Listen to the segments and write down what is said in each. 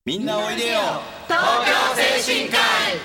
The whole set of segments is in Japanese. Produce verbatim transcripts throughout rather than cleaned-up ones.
みんなおいでよ東京精神科医。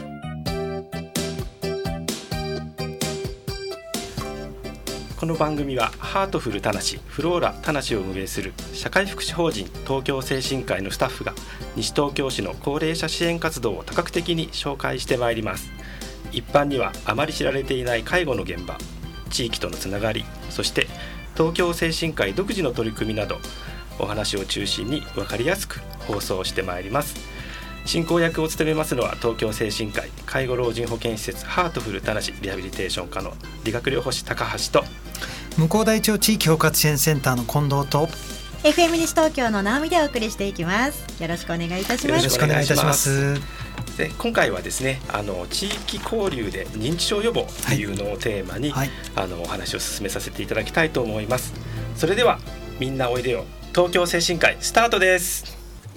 この番組はハートフルたなしフローラたなしを運営する社会福祉法人東京精神科医のスタッフが西東京市の高齢者支援活動を多角的に紹介してまいります。一般にはあまり知られていない介護の現場、地域とのつながり、そして東京精神科医独自の取り組みなどお話を中心に分かりやすく放送してまいります。進行役を務めますのは東京精神科医介護老人保健施設ハートフルたなしリハビリテーション科の理学療法士高橋と向こう大町地域包括支援センターの近藤とエフエム 西東京の直美でお送りしていきます。よろしくお願いいたします。 よろしくお願いいたします。 で今回はですねあの地域交流で認知症予防というのをテーマに、はいはい、あのお話を進めさせていただきたいと思います。それではみんなおいでよ東京精神科医スタートです。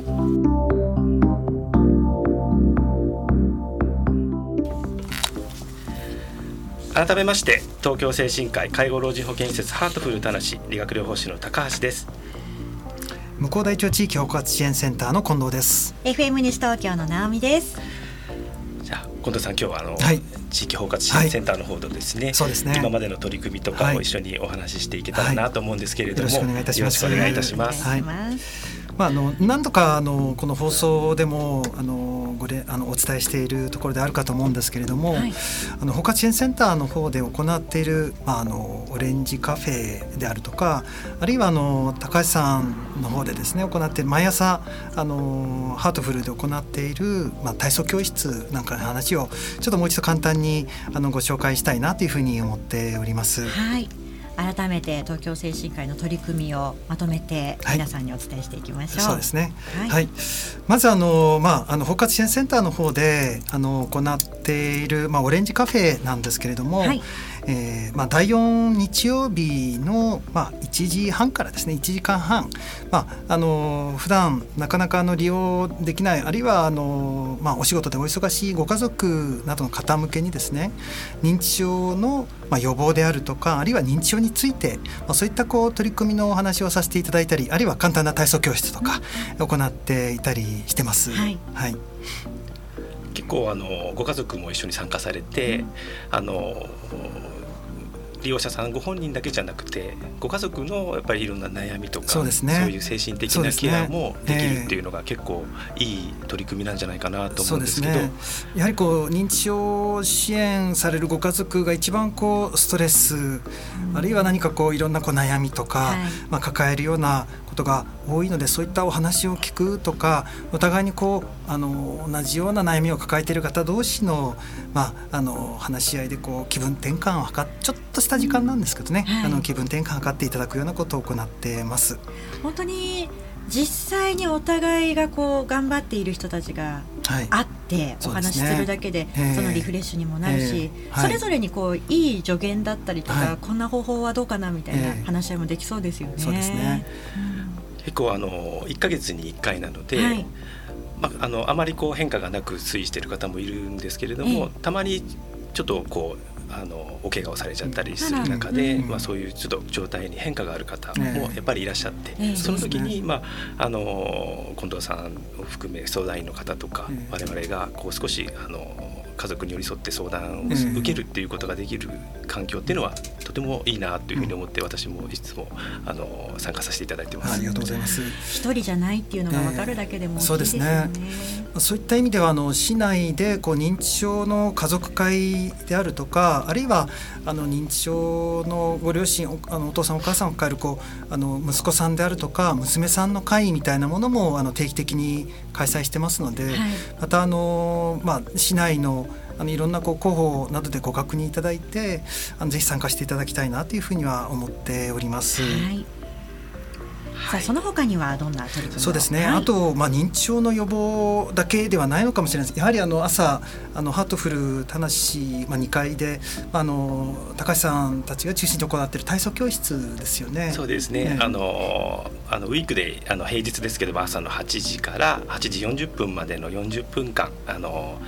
改めまして東京精神科医介護老人保健施設ハートフルたなし理学療法士の高橋です。 向こう大町地域包括支援センターの近藤です。 エフエム 西東京の直美です。 じゃあ近藤さん今日はあの、はい、地域包括支援センターの方でですね、はい、 そうですね、 今までの取り組みとかを一緒にお話ししていけたらなと思うんですけれども、はい、 よろしくお願いいたします。 よろしくお願いいたします。 はい、まあ、あの何度かあのこの放送でもあのごれあのお伝えしているところであるかと思うんですけれども、はい、あの包括支援センターの方で行っている、まあ、あのオレンジカフェであるとか、あるいはあの高橋さんの方でですね行っている毎朝あのハートフルで行っている、まあ、体操教室なんかの話をちょっともう一度簡単にあのご紹介したいなというふうに思っております。 はい、改めて東京精神科医の取り組みをまとめて皆さんにお伝えしていきましょう。 はい、そうですね。はいはい、まずあの、まあ、あの包括支援センターの方であの行っている、まあ、オレンジカフェなんですけれども、はい、えーまあ、だいよん日曜日の、まあ、いちじはんからですねいちじかんはん、まあ、あの普段なかなかあの利用できない、あるいはあの、まあ、お仕事でお忙しいご家族などの方向けにですね認知症の、まあ、予防であるとか、あるいは認知症について、まあ、そういったこう取り組みのお話をさせていただいたり、あるいは簡単な体操教室とか行っていたりしてます。はいはい、 結構あのご家族も一緒に参加されて、うん、あの利用者さんご本人だけじゃなくてご家族のやっぱりいろんな悩みとか そうですね、そういう精神的なケアもできるっていうのが結構いい取り組みなんじゃないかなと思うんですけど、 そうですね、やはりこう認知症を支援されるご家族が一番こうストレス、うん、あるいは何かこういろんなこう悩みとか、はい、まあ、抱えるようなことが多いので、そういったお話を聞くとか、お互いにこうあの同じような悩みを抱えている方同士の、まあ、あの話し合いでこう気分転換を図っちょっとした時間なんですけどね、はい、あの気分転換を図っていただくようなことを行ってます。 本当に実際にお互いがこう頑張っている人たちが会ってお話しするだけで、はい、そのリフレッシュにもなるし、えーはい、それぞれにこういい助言だったりとか、はい、こんな方法はどうかなみたいな話し合いもできそうですよね。 えー、そうですね、 うん、結構あのいっかげつにいっかいなので、はい、まあ、あのあまりこう変化がなく推移している方もいるんですけれども、えー、たまにちょっとこうあのお怪我をされちゃったりする中で、うん、まあ、そういうちょっと状態に変化がある方もやっぱりいらっしゃって、えー、その時に、まあ、あの近藤さんを含め相談員の方とか、えー、我々がこう少しあの家族に寄り添って相談を受けるっていうことができる環境っていうのはとてもいいなというふうに思って、私もいつもあの参加させていただいてます。 ありがとうございます。 一人じゃないっていうのが分かるだけでも大きいですよね。 そうですね。そういった意味ではあの市内でこう認知症の家族会であるとか、あるいはあの認知症のご両親、あのお父さんお母さんを抱えるこうあの息子さんであるとか娘さんの会みたいなものもあの定期的に開催してますので、はい、またあの、まあ、市内のあのいろんなこう広報などでご確認いただいて、あのぜひ参加していただきたいなというふうには思っております。 はい、さあその他にはどんな取り組みを。 そうですね、 はい、 あと、まあ、認知症の予防だけではないのかもしれないです。やはりあの朝あのハートフルたなし、まあ、にかいであの高橋さんたちが中心に行っている体操教室ですよね。 そうですね、ね、あのあのウィークであの平日ですけど朝のはちじからはちじよんじゅっぷんまでのよんじゅっぷんかんあの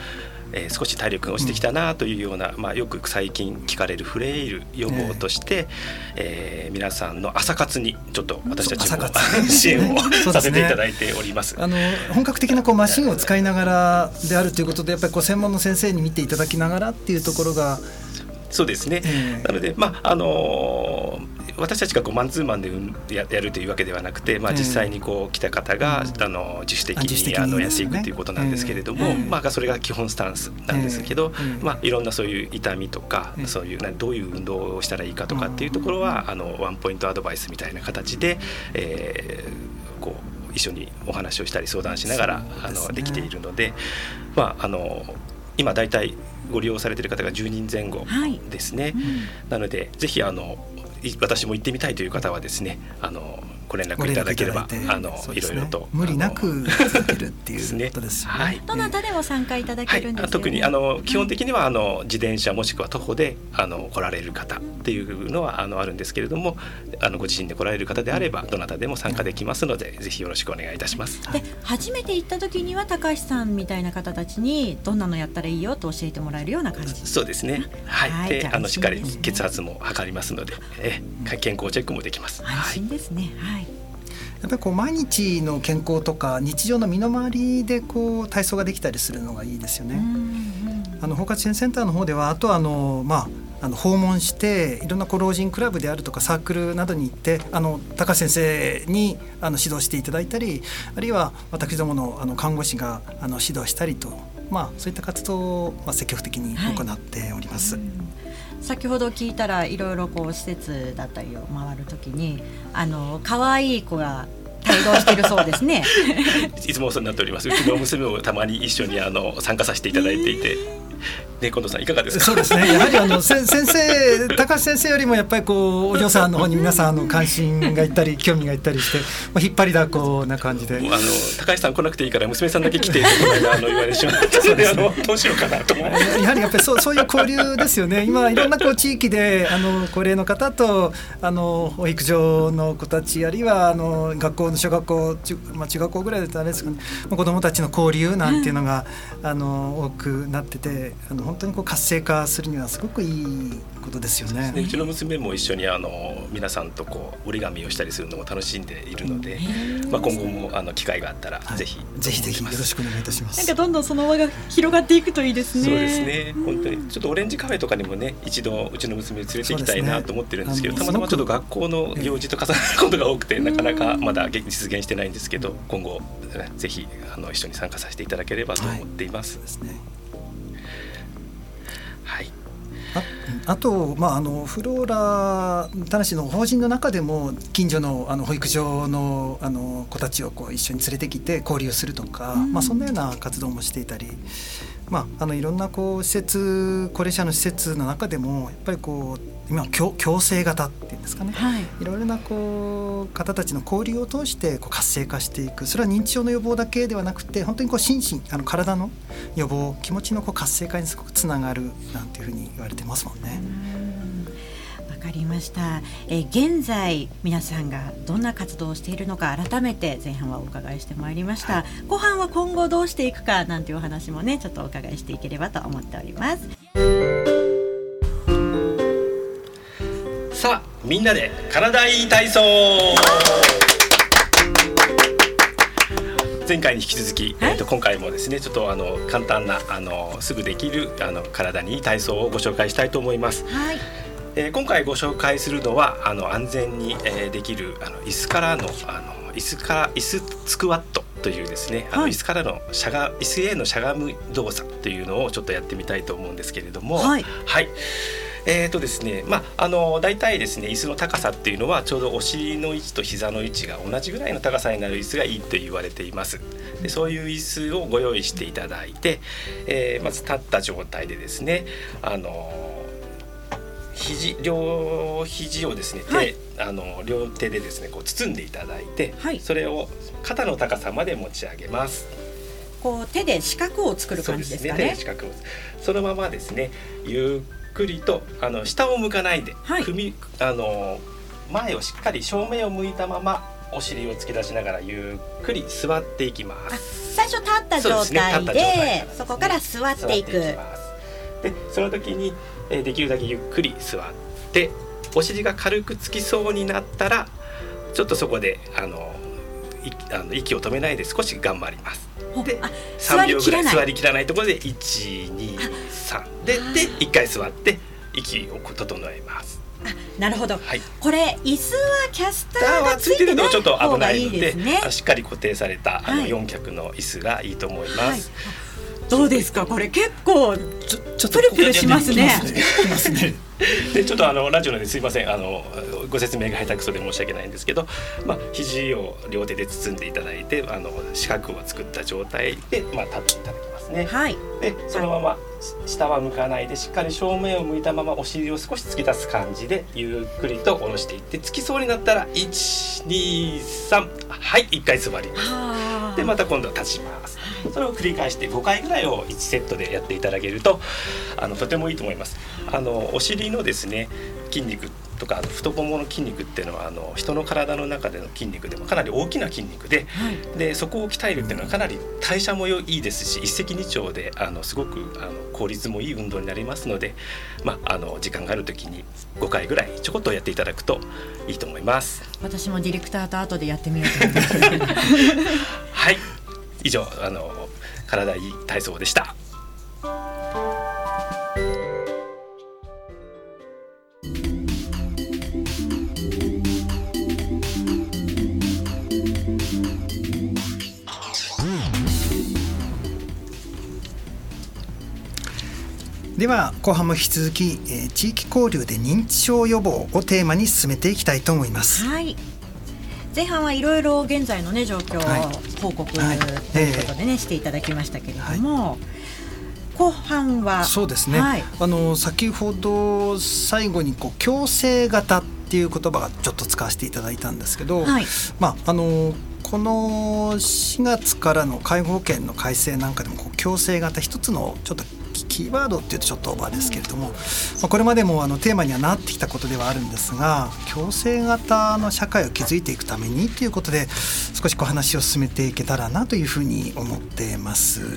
えー、少し体力が落ちてきたなというような、うんまあ、よく最近聞かれるフレイル予防として、えーえー、皆さんの朝活にちょっと私たちも支援をさせていただいております。 あの本格的なこうマシンを使いながらであるということでやっぱりこう専門の先生に見ていただきながらっていうところがそうですね、えー、なので、まああのー私たちがこうマンツーマンでやるというわけではなくて、まあ、実際にこう来た方が、えー、あの自主的にあのやっていくということなんですけれども、えーまあ、それが基本スタンスなんですけど、えーまあ、いろんなそういう痛みとか、えー、そういうどういう運動をしたらいいかとかっていうところは、あのワンポイントアドバイスみたいな形で、えー、こう一緒にお話をしたり相談しながら、あのできているので、まあ、あの今だいたいご利用されている方がじゅうにんぜん後ですね、はいうん、なのでぜひあの私も行ってみたいという方はですねあのご連絡いただければあの、ね、いろいろと無理なく続けるっていうことですよね。はい、 どなたでも参加いただけるんですよね。はい、 特にあの基本的にはあの自転車もしくは徒歩であの来られる方っていうのはあのあるんですけれども、あのご自身で来られる方であればどなたでも参加できますので、うん、ぜひよろしくお願いいたします。 で初めて行った時には高橋さんみたいな方たちにどんなのやったらいいよと教えてもらえるような感じ。 そうですね。はい。はい、であのしっかり血圧も測りますので、え健康チェックもできます。 安心ですね。はい。 やっぱりこう毎日の健康とか日常の身の回りでこう体操ができたりするのがいいですよね。あの包括支援センターの方ではあとはあの、まあ、あの訪問していろんなこう老人クラブであるとかサークルなどに行ってあの高橋先生にあの指導していただいたり、あるいは私ども の, あの看護師があの指導したりと、まあ、そういった活動を、まあ、積極的に行っております。はい、 先ほど聞いたらいろいろこう施設だったりを回るときにあの可愛い子が帯同しているそうですね。 いつもお世話になっております。うちの娘もたまに一緒にあの参加させていただいていて、ね、近藤さんいかがですか。 そうですね、やはりあの先生高橋先生よりもやっぱりこうお嬢さんの方に皆さんの関心がいったり興味がいったりして、まあ、引っ張りだこな感じで、あの高橋さん来なくていいから娘さんだけ来てこの間あの言われてしまったので、あのどうしようかなと思ってやはりやっぱりそう、そういう交流ですよね。今いろんなこう地域であの高齢の方とあの保育所の子たち、あるいはあの学校の小学校、中、まあ、中学校ぐらいだとあれですかね、子どもたちの交流なんていうのが、うん、あの多くなってて、あの本当にこう活性化するにはすごくいいことですよね。 うちの娘も一緒にあの皆さんとこう折り紙をしたりするのも楽しんでいるので、まあ、今後もあの機会があったら、はい、ぜひぜひぜひよろしくお願いいたします。 なんかどんどんその輪が広がっていくといいですね。 そうですね、本当にちょっとオレンジカフェとかにもね一度うちの娘を連れて行きたいなと思ってるんですけど、たまたまちょっと学校の行事と重なることが多くて、なかなかまだ実現してないんですけど、今後ぜひあの一緒に参加させていただければと思っています。 はい、そうですね。 はい、 あ, あと、まあ、あのフローラ田無の法人の中でも近所 の, あの保育所 の, あの子たちをこう一緒に連れてきて交流するとか、まあ、そんなような活動もしていたり、まあ、あのいろんなこう施設高齢者の施設の中でもやっぱりこう今共, 共生型っていうんですかね、はい、いろいろなこう方たちの交流を通してこう活性化していく。それは認知症の予防だけではなくて本当にこう心身あの体の予防、気持ちのこう活性化にすごくつながるなんていうふうに言われてますもんね。 わかりました。え現在皆さんがどんな活動をしているのか改めて前半はお伺いしてまいりました、はい、後半は今後どうしていくかなんていうお話もねちょっとお伺いしていければと思っております。 さあみんなで体いい体操。前回に引き続き、はい、えー、と今回もですねちょっとあの簡単なあのすぐできるあの体にいい体操をご紹介したいと思います。はい、えー、今回ご紹介するのはあの安全に、えー、できるあの椅子からのあの椅子から椅子スクワットというですね、あの椅子からのしゃが椅子へのしゃがむ動作というのをちょっとやってみたいと思うんですけれども、はい、はい、えーとですね、まあ、あの大体ですね椅子の高さっていうのはちょうどお尻の位置と膝の位置が同じぐらいの高さになる椅子がいいと言われています。でそういう椅子をご用意していただいて、えー、まず立った状態でですね、あの肘両肘をですね、手、はい、あの両手でですねこう包んでいただいて、はい、それを肩の高さまで持ち上げます。 こう手で四角を作る感じですかね。 そうですね、手で四角をそのままですねゆっくりとあの下を向かないで、はい、首あの前をしっかり正面を向いたままお尻を突き出しながらゆっくり座っていきます。 最初立った状態 で, で そ, そこから座っていく。でその時に、えー、できるだけゆっくり座ってお尻が軽くつきそうになったらちょっとそこであのあの息を止めないで少し頑張ります。でさんびょうぐらい座りきらないところでいちにさん で, でいっかい座って息を整えます。 あ、なるほど、 はい、 これ椅子はキャスターがついてない方がちょっと危ないの で, いいです、ね、 しっかり固定されたあのよん脚の椅子がいいと思います、はい、 どうですかこれ結構ちょちょっとプルプルしますね。 でちょっとあのラジオですいませんあのご説明が下手くそで申し訳ないんですけど、まあ、肘を両手で包んでいただいてあの四角を作った状態で、まあ、立っていただきますね、 はい、 でそのまま下は向かないでしっかり正面を向いたままお尻を少し突き出す感じでゆっくりと下ろしていってつきそうになったらいちにさんはいいっかい座ります。でまた今度は立ちます。それを繰り返してごかいぐらいをいちセットでやっていただけるとあのとてもいいと思います。あのお尻のですね筋肉とかあの太ももの筋肉っていうのはあの人の体の中での筋肉でもかなり大きな筋肉 で,、はい、でそこを鍛えるっていうのはかなり代謝もいいですし一石二鳥であのすごくあの効率もいい運動になりますので、まあ、あの時間がある時にごかいぐらいちょこっとやっていただくといいと思います。 私もディレクターと後でやってみようと思いますはい以上あの体いい体操でした。 では後半も引き続き、えー、地域交流で認知症予防をテーマに進めていきたいと思います。 はい、前半はいろいろ現在の、ね、状況報告、はい、ということでね、えー、していただきましたけれども、はい、後半はそうですね、はい、あの先ほど最後にこう共生型っていう言葉がちょっと使わせていただいたんですけど、はい、まああのこのしがつからの介護保険の改正なんかでもこう共生型一つのちょっとキーワードっていうとちょっとオーバーですけれども、まあ、これまでもあのテーマにはなってきたことではあるんですが共生型の社会を築いていくためにということで少しこう話を進めていけたらなというふうに思っています。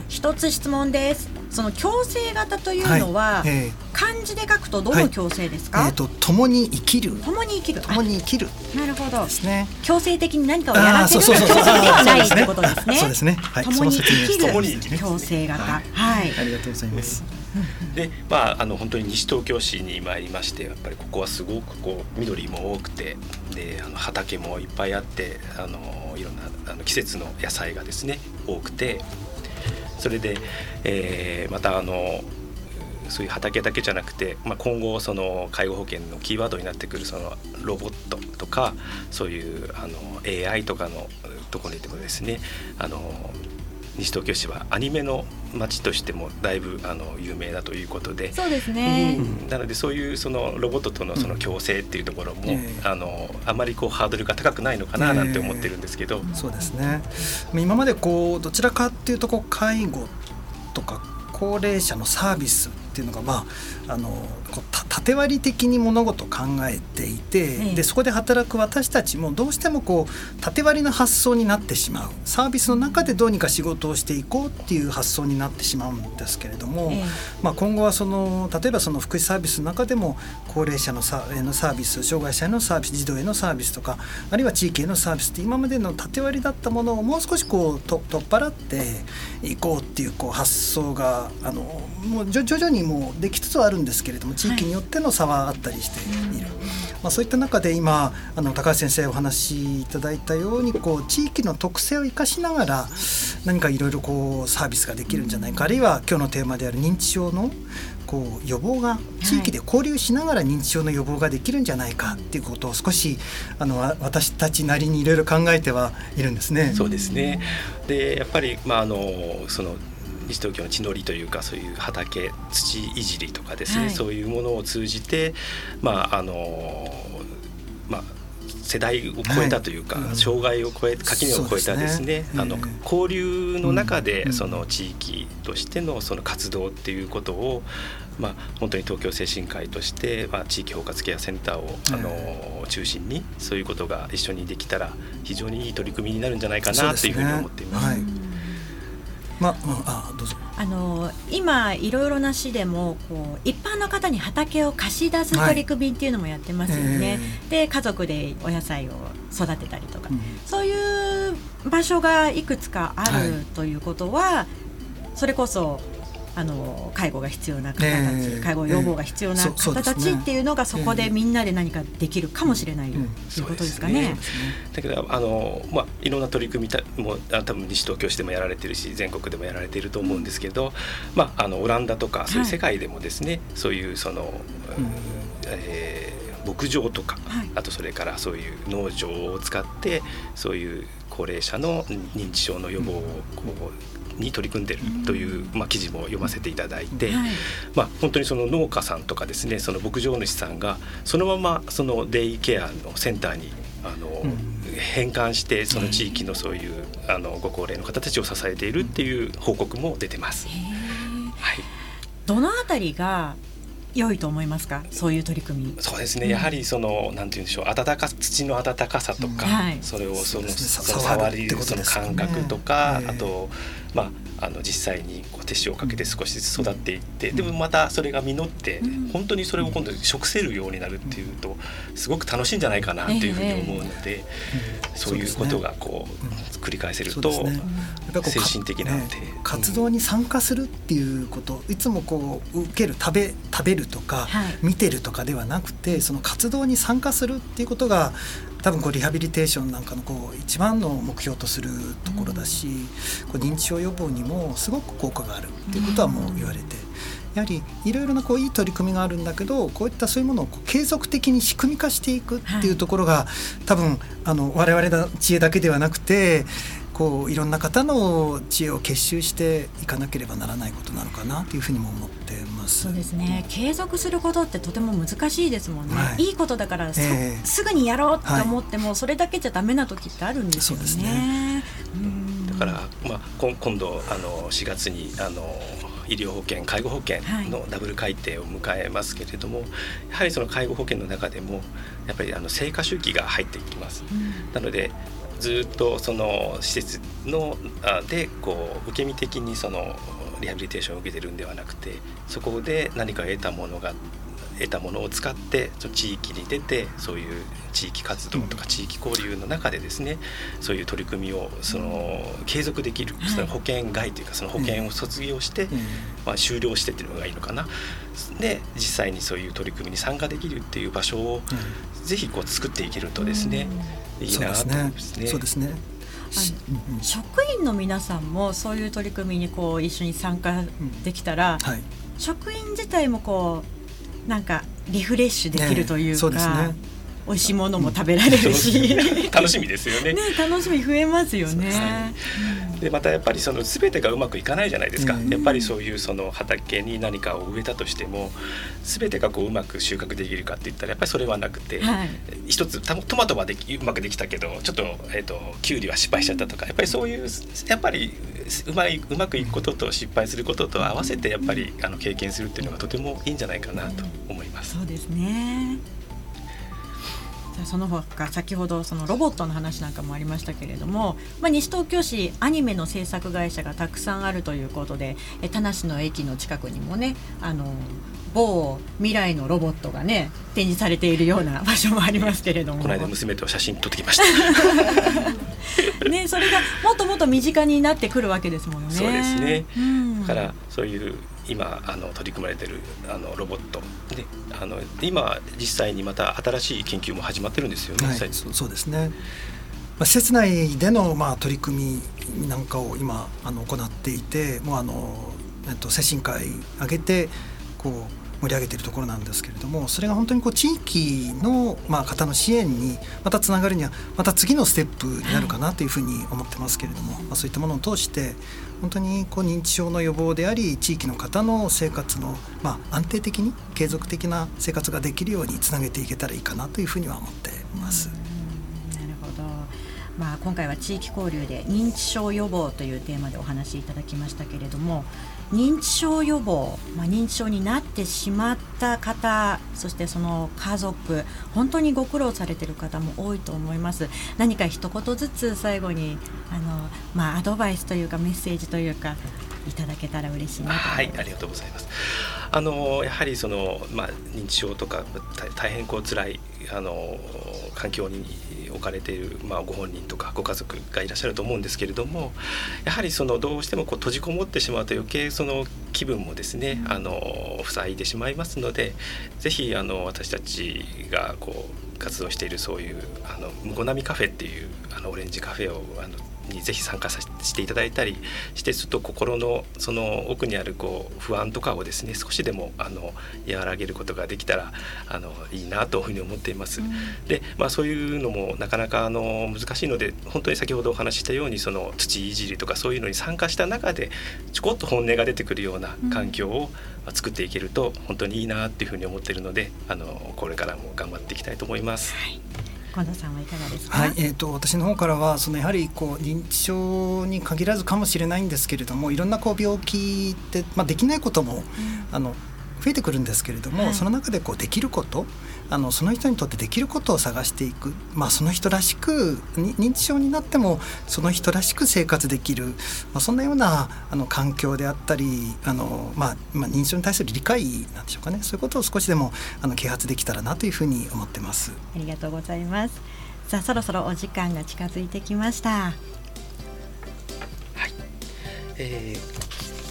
一つ質問です。その共生型というのは、はいえー、漢字で書くとどの共生ですか？ はいえー、と共に生きる共に生きる共に生きるなるほどですね。 強制的に何かをやらせるということではないということですね。 そうですね、はい、 共に生きる共に生きる共生型、はいはい、ありがとうございます。 でまあ、あの本当に西東京市に参りましてやっぱりここはすごくこう緑も多くてであの畑もいっぱいあってあのいろんなあの季節の野菜がですね多くてそれで、えー、またあのそういう畑だけじゃなくて、まあ、今後その介護保険のキーワードになってくるそのロボットとかそういうあの エーアイ とかのところでもですねあの西東京市はアニメの街としてもだいぶあの有名だということでそうですね、 うん、なのでそういうそのロボットとのその共生っていうところも、うん、あのあまりこうハードルが高くないのかななんて思ってるんですけど、 えー、そうですね。今までこうどちらかっていうとこう介護とか高齢者のサービスっていうのが、まあ、あのこう縦割り的に物事を考えていて、ええ、でそこで働く私たちもどうしてもこう縦割りの発想になってしまうサービスの中でどうにか仕事をしていこうっていう発想になってしまうんですけれども、え、まあ、今後はその例えばその福祉サービスの中でも高齢者のサー、のサービス障害者へのサービス児童へのサービスとかあるいは地域へのサービスって今までの縦割りだったものをもう少しこうと取っ払っていこうっていう、こう発想があのもう徐々にもうできつつはあるんですけれども地域によっての差はあったりしている、はい、まあ、そういった中で今あの高橋先生お話しいただいたようにこう地域の特性を生かしながら何かいろいろこうサービスができるんじゃないか、あるいは今日のテーマである認知症のこう予防が地域で交流しながら認知症の予防ができるんじゃないかっていうことを少しあの私たちなりにいろいろ考えてはいるんですね。 そうですね。でやっぱり、まあ、あのその西東京の地の利というかそういう畑土いじりとかですね、はい、そういうものを通じて、まああのまあ、世代を超えたというか、はい、障害を超え垣根を超えたですね、あの交流の中でその地域としてのその活動っていうことを、まあ、本当に東京精神科医として、まあ、地域包括ケアセンターを、あの中心にそういうことが一緒にできたら非常にいい取り組みになるんじゃないかなというふうに思っています。 まあ、あどうぞ。 あの今いろいろな市でもこう一般の方に畑を貸し出す取り組みっていうのもやってますよね、はいえー、で家族でお野菜を育てたりとか、うん、そういう場所がいくつかある、はい、ということはそれこそあの介護が必要な方たち、えー、介護予防が必要な方たちっていうのがそこでみんなで何かできるかもしれないということですかね。 だけどあの、まあ、いろんな取り組みも多分西東京市でもやられてるし全国でもやられていると思うんですけど、まあ、あのオランダとかそういう世界でもですね、はい、そういうその、うんえー、牧場とか、はい、あとそれからそういう農場を使ってそういう高齢者の認知症の予防をこうに取り組んでいるという、まあ、記事も読ませていただいて、はいまあ、本当にその農家さんとかですねその牧場主さんがそのままそのデイケアのセンターにあの、うん、変換してその地域のそういう、うん、あのご高齢の方たちを支えているっていう報告も出てます。はい、 どのあたりが良いと思いますか、そういう取り組み。 そうですね、やはりそのなんていうんでしょう、温か土の温かさとか、うんはい、それをその、その触りその感覚とか、えー、あとまああの実際にこう手塩をかけて少しずつ育っていって、うん、でもまたそれが実って、うん、本当にそれを今度食せるようになるっていうとすごく楽しいんじゃないかなというふうに思うので、えー、そういうことがこう繰り返せると、ね、精神的な、ね、 活動に参加するっていうこと、いつもこう受ける食べ食べるとか、はい、見てるとかではなくてその活動に参加するっていうことが多分こうリハビリテーションなんかのこう一番の目標とするところだし、うん、こう認知症予防にもすごく効果があるっていうことはもう言われて、やはりいろいろなこういい取り組みがあるんだけど、こういったそういうものをこう継続的に仕組み化していくっていうところが、はい、多分あの我々の知恵だけではなくてこういろんな方の知恵を結集していかなければならないことなのかなというふうにも思ってます。 そうですね、継続することってとても難しいですもんね、はい、いいことだから、えー、すぐにやろうと思っても、はい、それだけじゃダメな時ってあるんですよね。そうですね、 うんだから、まあ、今度あのしがつにあの医療保険介護保険のダブル改定を迎えますけれども、はい、やはりその介護保険の中でもやっぱりあの成果周期が入ってきます、うん、なのでずっとその施設のでこう受け身的にそのリハビリテーションを受けてるんではなくて、そこで何か得たものが得たものを使って地域に出てそういう地域活動とか地域交流の中でですね、そういう取り組みをその継続できる、その保険外というかその保険を卒業して、まあ、終了してっていうのがいいのかな。で実際にそういう取り組みに参加できるっていう場所をぜひこう作っていけるとですね、いいなと思いますね。 そうですね。 あの職員の皆さんもそういう取り組みにこう一緒に参加できたら、うんはい、職員自体もこうなんかリフレッシュできるというか、ね、そうですね、美味しいものも食べられるし、 うん、楽しみですよ ね, ね楽しみ増えますよね。 でまたやっぱりその全てがうまくいかないじゃないですか、うん、やっぱりそういうその畑に何かを植えたとしても全てがこううまく収穫できるかって言ったらやっぱりそれはなくて、はい、一つトマトはできうまくできたけどちょっと、えーと、キュウリは失敗しちゃったとか、やっぱりそういうやっぱりうまいうまくいくことと失敗することと合わせてやっぱりあの経験するっていうのがとてもいいんじゃないかなと思います。 そうですね。その他先ほどそのロボットの話なんかもありましたけれども、まあ、西東京市アニメの制作会社がたくさんあるということで、え田無の駅の近くにもねあの某未来のロボットがね展示されているような場所もありますけれども、 この間娘と写真撮ってきましたね、それがもっともっと身近になってくるわけですもんね。 そうですね、うん、だからそういう今あの取り組まれているあのロボットであの今実際にまた新しい研究も始まってるんですよね。 はい、そ, そうですね、まあ、施設内での、まあ、取り組みなんかを今あの行っていて、もうあの、えっと、精神科医挙げてこう盛り上げているところなんですけれども、それが本当にこう地域の、まあ、方の支援にまたつながるにはまた次のステップになるかなというふうに思ってますけれども、はい、まあ、そういったものを通して本当にこう認知症の予防であり地域の方の生活の、まあ、安定的に継続的な生活ができるようにつなげていけたらいいかなというふうには思っています。 なるほど。 まあ、今回は地域交流で認知症予防というテーマでお話しいただきましたけれども、認知症予防、まあ、認知症になってしまった方、そしてその家族、本当にご苦労されている方も多いと思います。何か一言ずつ最後にあの、まあ、アドバイスというかメッセージというかいただけたら嬉しいなと思います。 はい、ありがとうございます。あのやはりその、まあ、認知症とか大変こう辛いあの環境に置かれている、まあ、ご本人とかご家族がいらっしゃると思うんですけれども、やはりそのどうしてもこう閉じこもってしまうと余計その気分もですね、あの塞いでしまいますので、ぜひあの私たちがこう活動しているそういうあのむこなみカフェっていうあのオレンジカフェをあのにぜひ参加させていただいたりして、ちょっと心のその奥にあるこう不安とかをですね少しでもあの和らげることができたらあのいいなというふうに思っています、うん、で、まあ、そういうのもなかなかあの難しいので、本当に先ほどお話ししたようにその土いじりとかそういうのに参加した中でちょこっと本音が出てくるような環境を作っていけると本当にいいなっていうふうに思っているので、あのこれからも頑張っていきたいと思います。 はい、近藤さんはいかがですか。 はい、えー、と私の方からはそのやはりこう認知症に限らずかもしれないんですけれども、いろんなこう病気って、まあ、できないことも、うん、あの増えてくるんですけれども、はい、その中でこうできること、あのその人にとってできることを探していく、まあ、その人らしく認知症になってもその人らしく生活できる、まあ、そんなようなあの環境であったりあの、まあまあ、認知症に対する理解なんでしょうかね、そういうことを少しでもあの啓発できたらなというふうに思ってます。 ありがとうございます。さあそろそろお時間が近づいてきました。はい、 えー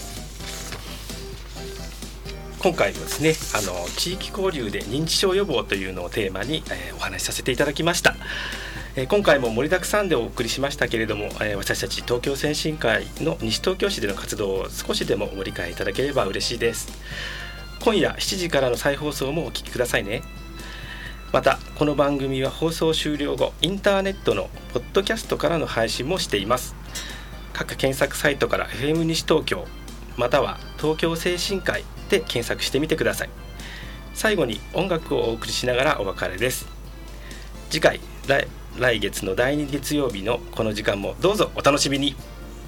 今回もですね、あの地域交流で認知症予防というのをテーマに、えー、お話しさせていただきました、えー、今回も盛りだくさんでお送りしましたけれども、えー、私たち東京先進会の西東京市での活動を少しでもご理解いただければ嬉しいです。今夜しちじからの再放送もお聞きくださいね。またこの番組は放送終了後インターネットのポッドキャストからの配信もしています。各検索サイトから エフエム 西東京または東京精神科医で検索してみてください。最後に音楽をお送りしながらお別れです。次回 来, 来月のだいに月曜日のこの時間もどうぞお楽しみに。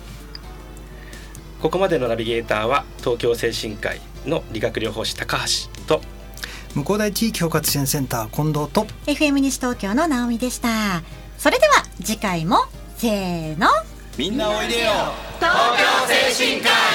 ここまでのナビゲーターは東京精神科医の理学療法士高橋と向こう大地域包括支援センター近藤とエフエム 西東京の直美でした。それでは次回もせーの、 みんなおいでよ東京精神科医。